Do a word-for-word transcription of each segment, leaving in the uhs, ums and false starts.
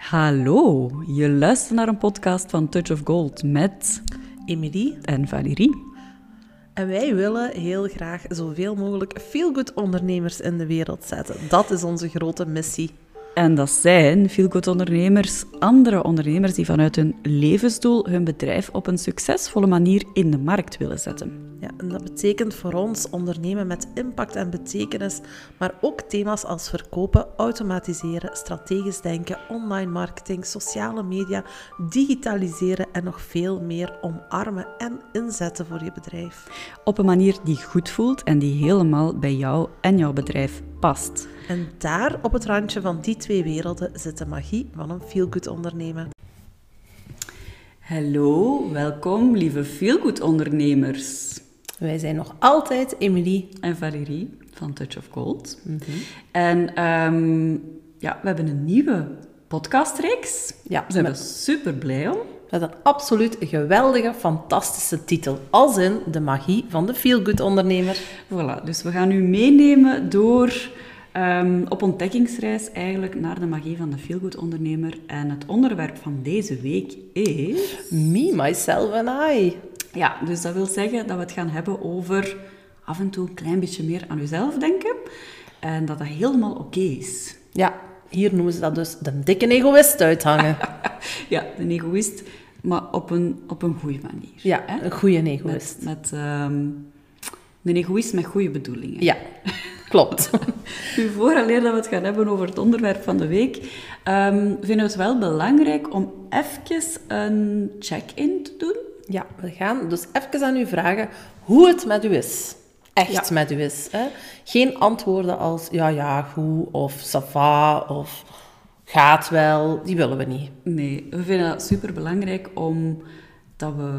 Hallo, je luistert naar een podcast van Touch of Gold met Emilie en Valérie. En wij willen heel graag zoveel mogelijk feel-good ondernemers in de wereld zetten. Dat is onze grote missie. En dat zijn feel-good ondernemers, andere ondernemers die vanuit hun levensdoel hun bedrijf op een succesvolle manier in de markt willen zetten. Ja, en dat betekent voor ons ondernemen met impact en betekenis, maar ook thema's als verkopen, automatiseren, strategisch denken, online marketing, sociale media, digitaliseren en nog veel meer omarmen en inzetten voor je bedrijf. Op een manier die goed voelt en die helemaal bij jou en jouw bedrijf past. En daar, op het randje van die twee werelden, zit de magie van een feel-good ondernemen. Hallo, welkom lieve feel-good ondernemers. Wij zijn nog altijd Emilie en Valérie van Touch of Gold. Mm-hmm. En um, ja, we hebben een nieuwe podcastreeks. Ja, Daar zijn we met, super blij om. Met een absoluut geweldige, fantastische titel. Als in de magie van de feel-good ondernemer. Voilà, dus we gaan u meenemen door... Um, op ontdekkingsreis eigenlijk naar de magie van de feel-good ondernemer. En het onderwerp van deze week is... Me, myself and I. Ja, dus dat wil zeggen dat we het gaan hebben over af en toe een klein beetje meer aan uzelf denken. En dat dat helemaal oké okay is. Ja, hier noemen ze dat dus de dikke egoïst uithangen. Ja, de egoïst, maar op een, op een goede manier. Ja, hè? Een goede egoïst. Met, met um, een egoïst met goede bedoelingen. Ja. Klopt. Nu, vooraleer dat we het gaan hebben over het onderwerp van de week, um, vinden we het wel belangrijk om even een check-in te doen. Ja, we gaan dus even aan u vragen hoe het met u is. Echt ja. met u is. Hè? Geen antwoorden als ja, ja, goed, of ça va, of gaat wel. Die willen we niet. Nee, we vinden het superbelangrijk omdat we...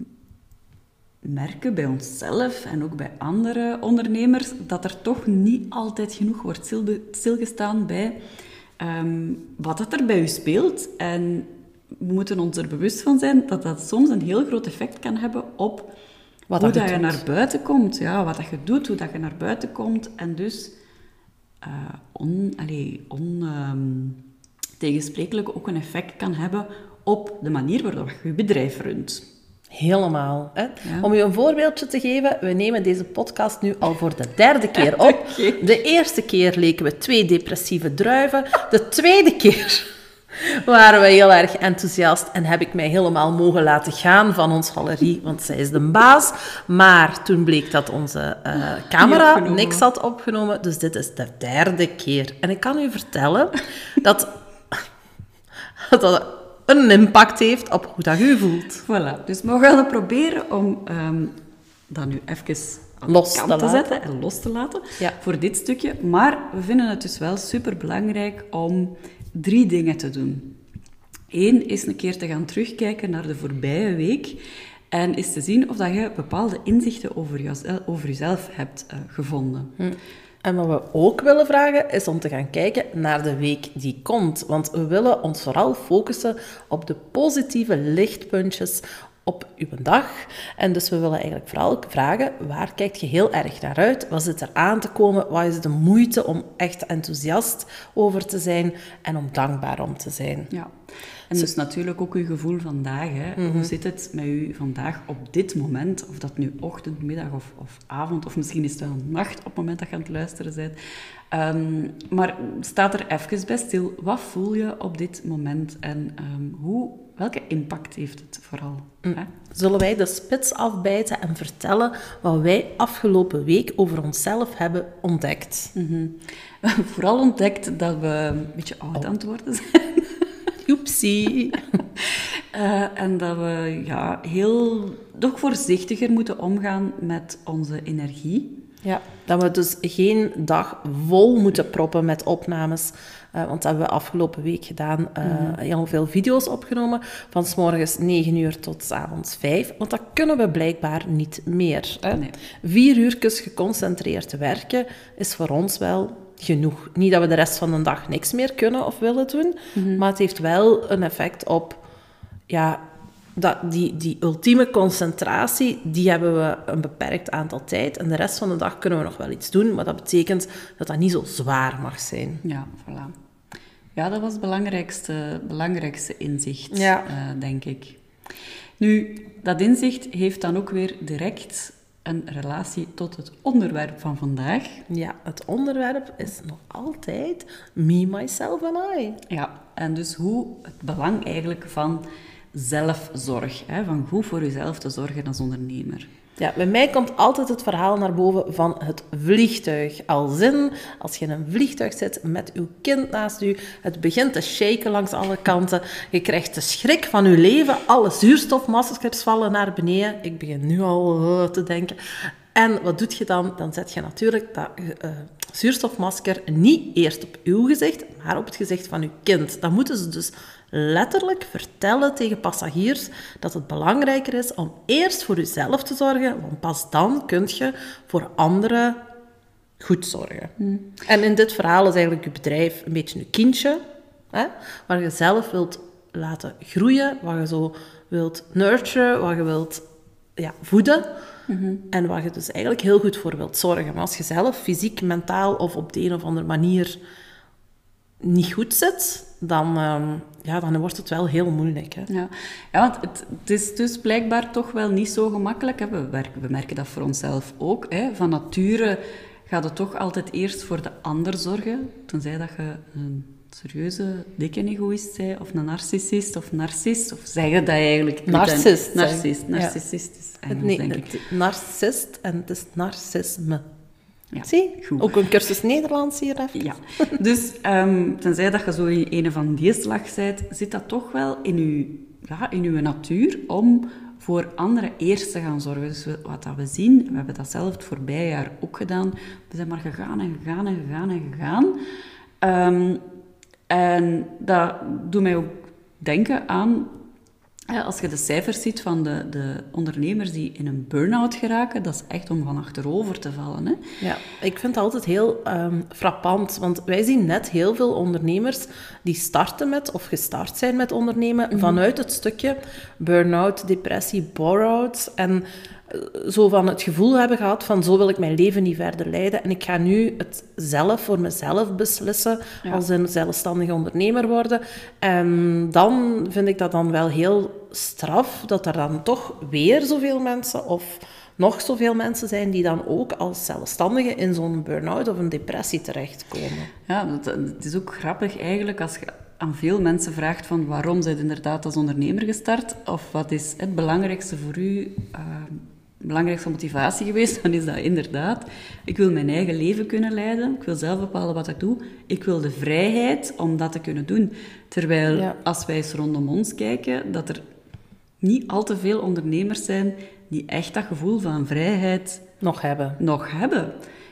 merken bij onszelf en ook bij andere ondernemers dat er toch niet altijd genoeg wordt stil, stilgestaan bij um, wat dat er bij u speelt. En we moeten ons er bewust van zijn dat dat soms een heel groot effect kan hebben op wat hoe dat je, je naar buiten komt. Ja, wat dat je doet, hoe dat je naar buiten komt. En dus uh, on, allee, on, um, tegensprekelijk ook een effect kan hebben op de manier waarop je je bedrijf runt. Helemaal. Hè? Ja. Om je een voorbeeldje te geven, we nemen deze podcast nu al voor de derde keer op. Okay. De eerste keer leken we twee depressieve druiven. De tweede keer waren we heel erg enthousiast en heb ik mij helemaal mogen laten gaan van ons Valerie, want zij is de baas. Maar toen bleek dat onze uh, camera niks had opgenomen, dus dit is de derde keer. En ik kan u vertellen dat... dat een impact heeft op hoe dat je voelt. Voilà, dus we gaan het proberen om um, dat nu even aan los de kant te, te laten. zetten en los te laten ja. voor dit stukje. Maar we vinden het dus wel superbelangrijk om drie dingen te doen. Eén is een keer te gaan terugkijken naar de voorbije week en is te zien of dat je bepaalde inzichten over, jou, over jezelf hebt uh, gevonden. Hm. En wat we ook willen vragen, is om te gaan kijken naar de week die komt. Want we willen ons vooral focussen op de positieve lichtpuntjes op uw dag. En dus we willen eigenlijk vooral vragen, waar kijk je heel erg naar uit? Wat zit er aan te komen? Wat is de moeite om echt enthousiast over te zijn en om dankbaar om te zijn? Ja. En dus natuurlijk ook uw gevoel vandaag. Hè. Mm-hmm. Hoe zit het met u vandaag op dit moment? Of dat nu ochtend, middag of, of avond, of misschien is het wel nacht op het moment dat je aan het luisteren bent. Um, maar staat er even bij stil. Wat voel je op dit moment? En um, hoe, welke impact heeft het vooral? Mm. Hè? Zullen wij de spits afbijten en vertellen wat wij afgelopen week over onszelf hebben ontdekt? Mm-hmm. Vooral ontdekt dat we een beetje oud oh. aan het worden zijn. Oepsie. uh, en dat we ja, heel toch voorzichtiger moeten omgaan met onze energie. Ja, dat we dus geen dag vol moeten proppen met opnames. Uh, want dat hebben we afgelopen week gedaan. Uh, mm-hmm. Heel veel video's opgenomen. Van 's morgens negen uur tot 's avonds vijf. Want dat kunnen we blijkbaar niet meer. Hè? Nee. Vier uurtjes geconcentreerd werken is voor ons wel... genoeg. Niet dat we de rest van de dag niks meer kunnen of willen doen, mm-hmm. maar het heeft wel een effect op ja, dat, die, die ultieme concentratie, die hebben we een beperkt aantal tijd en de rest van de dag kunnen we nog wel iets doen, maar dat betekent dat dat niet zo zwaar mag zijn. Ja, voilà. Ja, dat was het belangrijkste, belangrijkste inzicht, Ja. uh, denk ik. Nu, dat inzicht heeft dan ook weer direct een relatie tot het onderwerp van vandaag. Ja, het onderwerp is nog altijd me, myself and I. Ja, en dus hoe het belang eigenlijk van zelfzorg, hè, van goed voor jezelf te zorgen als ondernemer. Ja, bij mij komt altijd het verhaal naar boven van het vliegtuig. Als in, als je in een vliegtuig zit met uw kind naast u, het begint te shaken langs alle kanten, je krijgt de schrik van je leven, alle zuurstofmaskers vallen naar beneden. Ik begin nu al uh, te denken. En wat doet je dan? Dan zet je natuurlijk dat uh, zuurstofmasker niet eerst op uw gezicht, maar op het gezicht van uw kind. Dan moeten ze dus letterlijk vertellen tegen passagiers dat het belangrijker is om eerst voor jezelf te zorgen, want pas dan kun je voor anderen goed zorgen. Hmm. En in dit verhaal is eigenlijk je bedrijf een beetje een kindje, hè, waar je zelf wilt laten groeien, waar je zo wilt nurturen, waar je wilt ja, voeden. Mm-hmm. En waar je dus eigenlijk heel goed voor wilt zorgen. Maar als je zelf fysiek, mentaal of op de een of andere manier niet goed zit, dan, um, ja, dan wordt het wel heel moeilijk. Hè? Ja. ja, want het, het is dus blijkbaar toch wel niet zo gemakkelijk. Hè? We, werken, we merken dat voor onszelf ook. Hè? Van nature gaat het toch altijd eerst voor de ander zorgen. Tenzij dat je een serieuze, dikke egoïst bent, of een narcissist, of narcist, of zeg je dat eigenlijk? Narcist. Narcist, narcissist is Engels, nee, denk ik. Het narcist en het is narcisme. Ja, zie, goed. Ook een cursus Nederlands hier even. Ja, dus um, tenzij dat je zo in een van die slag bent, zit dat toch wel in je, ja, in uw natuur om voor anderen eerst te gaan zorgen. Dus we, wat dat we zien, we hebben dat zelf het voorbije jaar ook gedaan, we zijn maar gegaan en gegaan en gegaan en gegaan. Um, en dat doet mij ook denken aan, ja, als je de cijfers ziet van de, de ondernemers die in een burn-out geraken, dat is echt om van achterover te vallen. Hè? Ja, ik vind het altijd heel um, frappant, want wij zien net heel veel ondernemers die starten met, of gestart zijn met ondernemen, mm-hmm. vanuit het stukje burn-out, depressie, bore-out, en zo van het gevoel hebben gehad van zo wil ik mijn leven niet verder leiden en ik ga nu het zelf voor mezelf beslissen, ja. als een zelfstandige ondernemer worden. En dan vind ik dat dan wel heel straf dat er dan toch weer zoveel mensen of nog zoveel mensen zijn die dan ook als zelfstandigen in zo'n burn-out of een depressie terechtkomen. Ja, het is ook grappig eigenlijk als je aan veel mensen vraagt van waarom zijn inderdaad als ondernemer gestart of wat is het belangrijkste voor u, uh, belangrijkste motivatie geweest, dan is dat inderdaad, ik wil mijn eigen leven kunnen leiden, ik wil zelf bepalen wat ik doe, ik wil de vrijheid om dat te kunnen doen. Terwijl, ja. als wij eens rondom ons kijken, dat er niet al te veel ondernemers zijn die echt dat gevoel van vrijheid nog hebben. Nog hebben.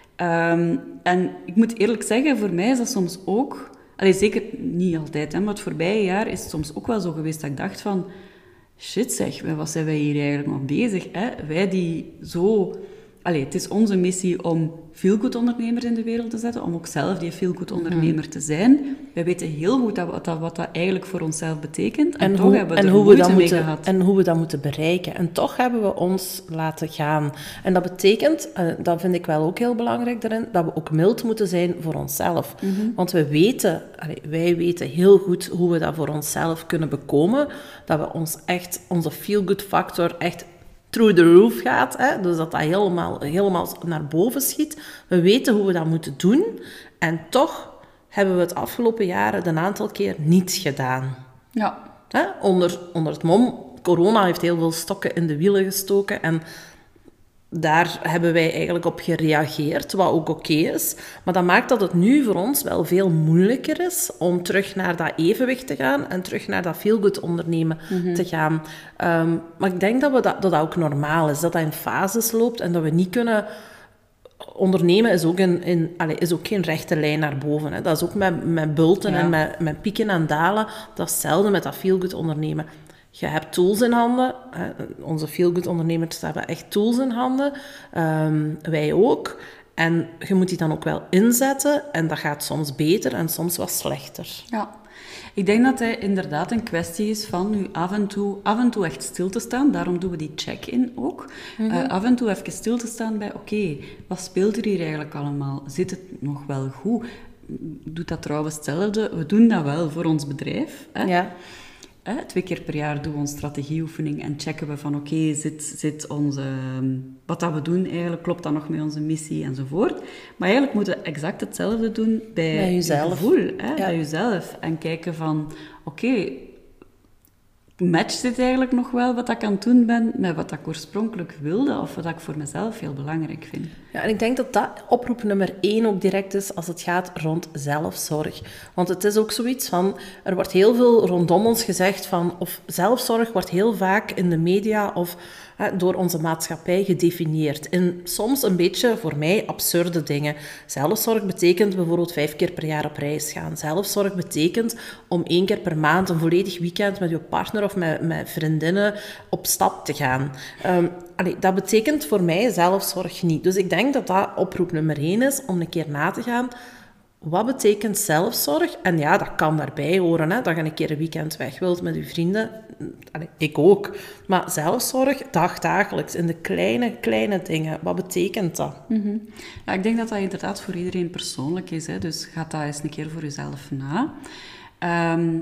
Um, en ik moet eerlijk zeggen, voor mij is dat soms ook, allee, zeker niet altijd, hè, maar het voorbije jaar is het soms ook wel zo geweest dat ik dacht van, shit zeg, wat zijn wij hier eigenlijk mee bezig? Hè? Wij die zo... Allee, het is onze missie om feel-good ondernemers in de wereld te zetten, om ook zelf die feel-good ondernemer mm. te zijn. Wij weten heel goed dat, dat, wat dat eigenlijk voor onszelf betekent. En, en toch hoe, hebben we en er hoe moeite we dat mee moeten, gehad. En hoe we dat moeten bereiken. En toch hebben we ons laten gaan. En dat betekent, uh, dat vind ik wel ook heel belangrijk daarin, dat we ook mild moeten zijn voor onszelf. Mm-hmm. Want we weten, allee, wij weten heel goed hoe we dat voor onszelf kunnen bekomen. Dat we ons echt, onze feel-good factor echt through the roof gaat, hè? Dus dat dat helemaal, helemaal naar boven schiet. We weten hoe we dat moeten doen. En toch hebben we het afgelopen jaren een aantal keer niets gedaan. Ja. Hè? Onder, onder het mom, corona heeft heel veel stokken in de wielen gestoken en daar hebben wij eigenlijk op gereageerd, wat ook oké is. Maar dat maakt dat het nu voor ons wel veel moeilijker is om terug naar dat evenwicht te gaan en terug naar dat feel-good ondernemen mm-hmm. te gaan. Um, maar ik denk dat, we dat, dat dat ook normaal is, dat dat in fases loopt en dat we niet kunnen... Ondernemen is ook, in, in, allez, is ook geen rechte lijn naar boven. Hè. Dat is ook met, met bulten ja. en met, met pieken en dalen. Dat is hetzelfde met dat feel-good ondernemen. Je hebt tools in handen. Onze feel-good ondernemers hebben echt tools in handen. Um, wij ook. En je moet die dan ook wel inzetten. En dat gaat soms beter en soms wat slechter. Ja. Ik denk dat het inderdaad een kwestie is van nu af en toe, af en toe echt stil te staan. Daarom doen we die check-in ook. Mm-hmm. Uh, af en toe even stil te staan bij, oké, okay, wat speelt er hier eigenlijk allemaal? Zit het nog wel goed? doet dat trouwens hetzelfde. We doen dat wel voor ons bedrijf. Hè? Ja. Eh, twee keer per jaar doen we een strategieoefening en checken we van oké, okay, zit, zit onze, wat dat we doen eigenlijk, klopt dat nog met onze missie enzovoort. Maar eigenlijk moeten we exact hetzelfde doen bij, bij jezelf. Je gevoel, hè, ja. bij jezelf. En kijken van oké, okay, matcht dit eigenlijk nog wel wat ik aan het doen ben met wat ik oorspronkelijk wilde of wat ik voor mezelf heel belangrijk vind. Ja, en ik denk dat dat oproep nummer één ook direct is als het gaat rond zelfzorg. Want het is ook zoiets van, er wordt heel veel rondom ons gezegd van, of zelfzorg wordt heel vaak in de media of hè, door onze maatschappij gedefinieerd. In soms een beetje, voor mij, absurde dingen. Zelfzorg betekent bijvoorbeeld vijf keer per jaar op reis gaan. Zelfzorg betekent om één keer per maand een volledig weekend met je partner of met, met vriendinnen op stap te gaan. Um, allee, dat betekent voor mij zelfzorg niet. Dus ik denk dat dat oproep nummer één is, om een keer na te gaan. Wat betekent zelfzorg? En ja, dat kan daarbij horen, hè, dat je een keer een weekend weg wilt met je vrienden. Allee, ik ook. Maar zelfzorg, dagdagelijks, in de kleine, kleine dingen. Wat betekent dat? Mm-hmm. Ja, ik denk dat dat inderdaad voor iedereen persoonlijk is. Hè. Dus ga dat eens een keer voor jezelf na. Um,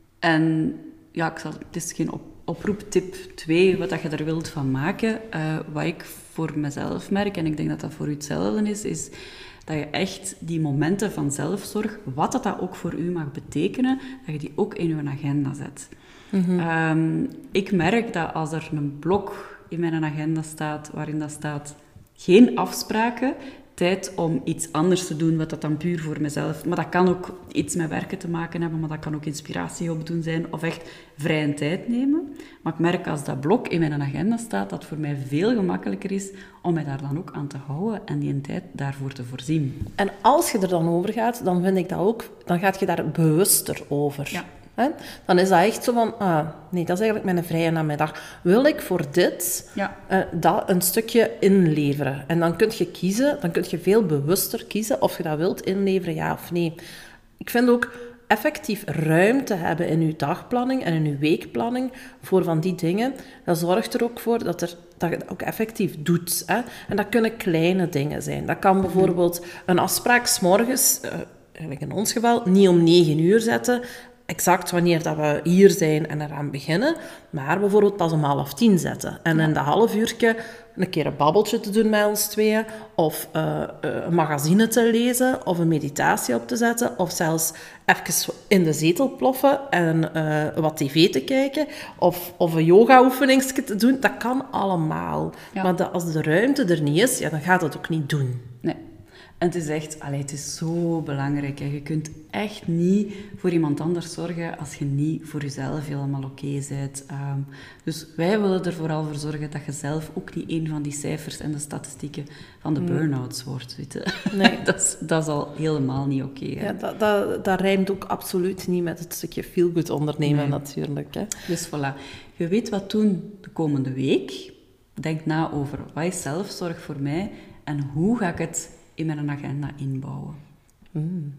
en ja, ik zal, het is geen op, oproep tip twee, wat dat je er wilt van maken. Uh, wat ik voor mezelf merk, en ik denk dat dat voor u hetzelfde is, is dat je echt die momenten van zelfzorg, wat dat, dat ook voor u mag betekenen, dat je die ook in je agenda zet. Mm-hmm. Um, ik merk dat als er een blok in mijn agenda staat, waarin dat staat geen afspraken, tijd om iets anders te doen, wat dat dan puur voor mezelf... Maar dat kan ook iets met werken te maken hebben, maar dat kan ook inspiratie opdoen zijn, of echt vrije tijd nemen. Maar ik merk als dat blok in mijn agenda staat, dat het voor mij veel gemakkelijker is om mij daar dan ook aan te houden en die tijd daarvoor te voorzien. En als je er dan over gaat, dan vind ik dat ook... Dan gaat je daar bewuster over. Ja. He? Dan is dat echt zo van, ah, nee, dat is eigenlijk mijn vrije namiddag. Wil ik voor dit ja. uh, dat een stukje inleveren? En dan kun je kiezen, dan kun je veel bewuster kiezen of je dat wilt inleveren, ja of nee. Ik vind ook effectief ruimte hebben in je dagplanning en in je weekplanning voor van die dingen. Dat zorgt er ook voor dat, er, dat je dat ook effectief doet. Hè? En dat kunnen kleine dingen zijn. Dat kan bijvoorbeeld een afspraak 's morgens, uh, eigenlijk in ons geval, niet om negen uur zetten, exact wanneer dat we hier zijn en eraan beginnen, maar bijvoorbeeld pas om half tien zetten. En in dat half uurtje een keer een babbeltje te doen met ons tweeën, of uh, een magazine te lezen, of een meditatie op te zetten, of zelfs even in de zetel ploffen en uh, wat tv te kijken, of, of een yoga-oefeningsje te doen. Dat kan allemaal. Ja. Maar dat, als de ruimte er niet is, ja, dan gaat dat ook niet doen. Nee. En het is echt, allee, het is zo belangrijk. Hè. Je kunt echt niet voor iemand anders zorgen als je niet voor jezelf helemaal oké okay bent. Um, dus wij willen er vooral voor zorgen dat je zelf ook niet een van die cijfers en de statistieken van de mm. burn-outs wordt. Weet je. Nee. dat, is, dat is al helemaal niet oké. Okay, ja, dat, dat, dat rijmt ook absoluut niet met het stukje feel-good ondernemen nee. natuurlijk. Hè. Dus voilà. Je weet wat doen de komende week. Denk na over wat is zelfzorg voor mij en hoe ga ik het in mijn agenda inbouwen. Mm.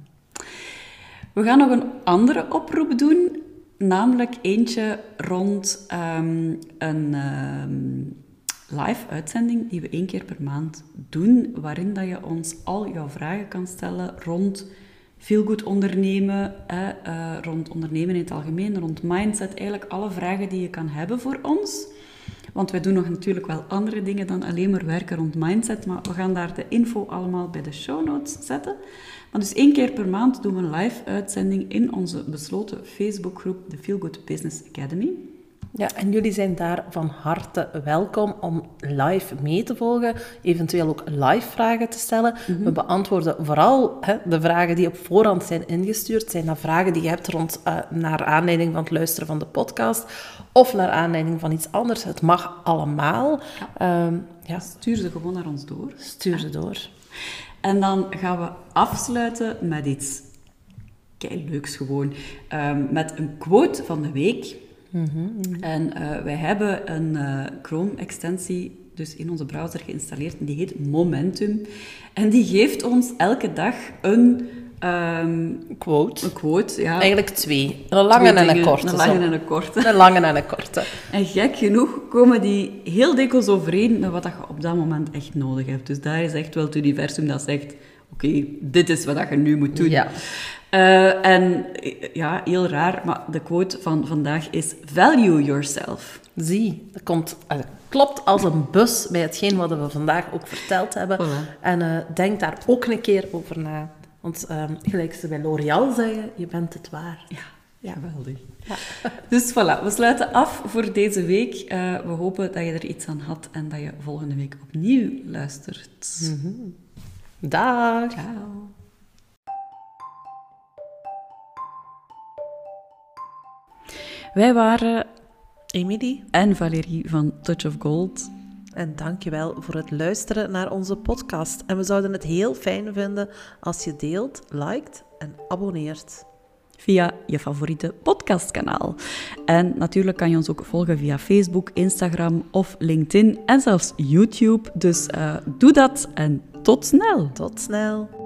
We gaan nog een andere oproep doen, namelijk eentje rond um, een um, live uitzending die we één keer per maand doen, waarin dat je ons al jouw vragen kan stellen rond feelgood ondernemen, eh, uh, rond ondernemen in het algemeen, rond mindset, eigenlijk alle vragen die je kan hebben voor ons. Want wij doen nog natuurlijk wel andere dingen dan alleen maar werken rond mindset, maar we gaan daar de info allemaal bij de show notes zetten. Maar dus één keer per maand doen we een live uitzending in onze besloten Facebookgroep, de Feel Good Business Academy. Ja, en jullie zijn daar van harte welkom om live mee te volgen, eventueel ook live vragen te stellen. Mm-hmm. We beantwoorden vooral hè, de vragen die op voorhand zijn ingestuurd. Zijn dat vragen die je hebt rond, uh, naar aanleiding van het luisteren van de podcast of naar aanleiding van iets anders. Het mag allemaal. Ja. Um, ja. Stuur ze gewoon naar ons door. Stuur ze door. En dan gaan we afsluiten met iets keileuks gewoon. Um, met een quote van de week. Mm-hmm, mm-hmm. En uh, wij hebben een uh, Chrome-extensie dus in onze browser geïnstalleerd en die heet Momentum. En die geeft ons elke dag een... Um, quote. Een quote, ja. Eigenlijk twee. Een lange twee en een korte. Een lange en een korte. Een lange en een korte. En gek genoeg komen die heel dikwijls overeen met wat je op dat moment echt nodig hebt. Dus daar is echt wel het universum dat zegt... oké, okay, dit is wat je nu moet doen. Ja. Uh, en ja, heel raar, maar de quote van vandaag is value yourself. Zie, dat komt, uh, klopt als een bus bij hetgeen wat we vandaag ook verteld hebben. Voilà. En uh, denk daar ook een keer over na. Want uh, gelijk ze bij L'Oréal zeggen, je bent het waard. Ja, ja. Geweldig. Ja. Dus voilà, we sluiten af voor deze week. Uh, we hopen dat je er iets aan had en dat je volgende week opnieuw luistert. Mm-hmm. Dag. Ciao. Wij waren Emilie en Valérie van Touch of Gold. En dankjewel voor het luisteren naar onze podcast. En we zouden het heel fijn vinden als je deelt, liked en abonneert. Via je favoriete podcastkanaal. En natuurlijk kan je ons ook volgen via Facebook, Instagram of LinkedIn en zelfs YouTube. Dus uh, doe dat en tot snel. Tot snel.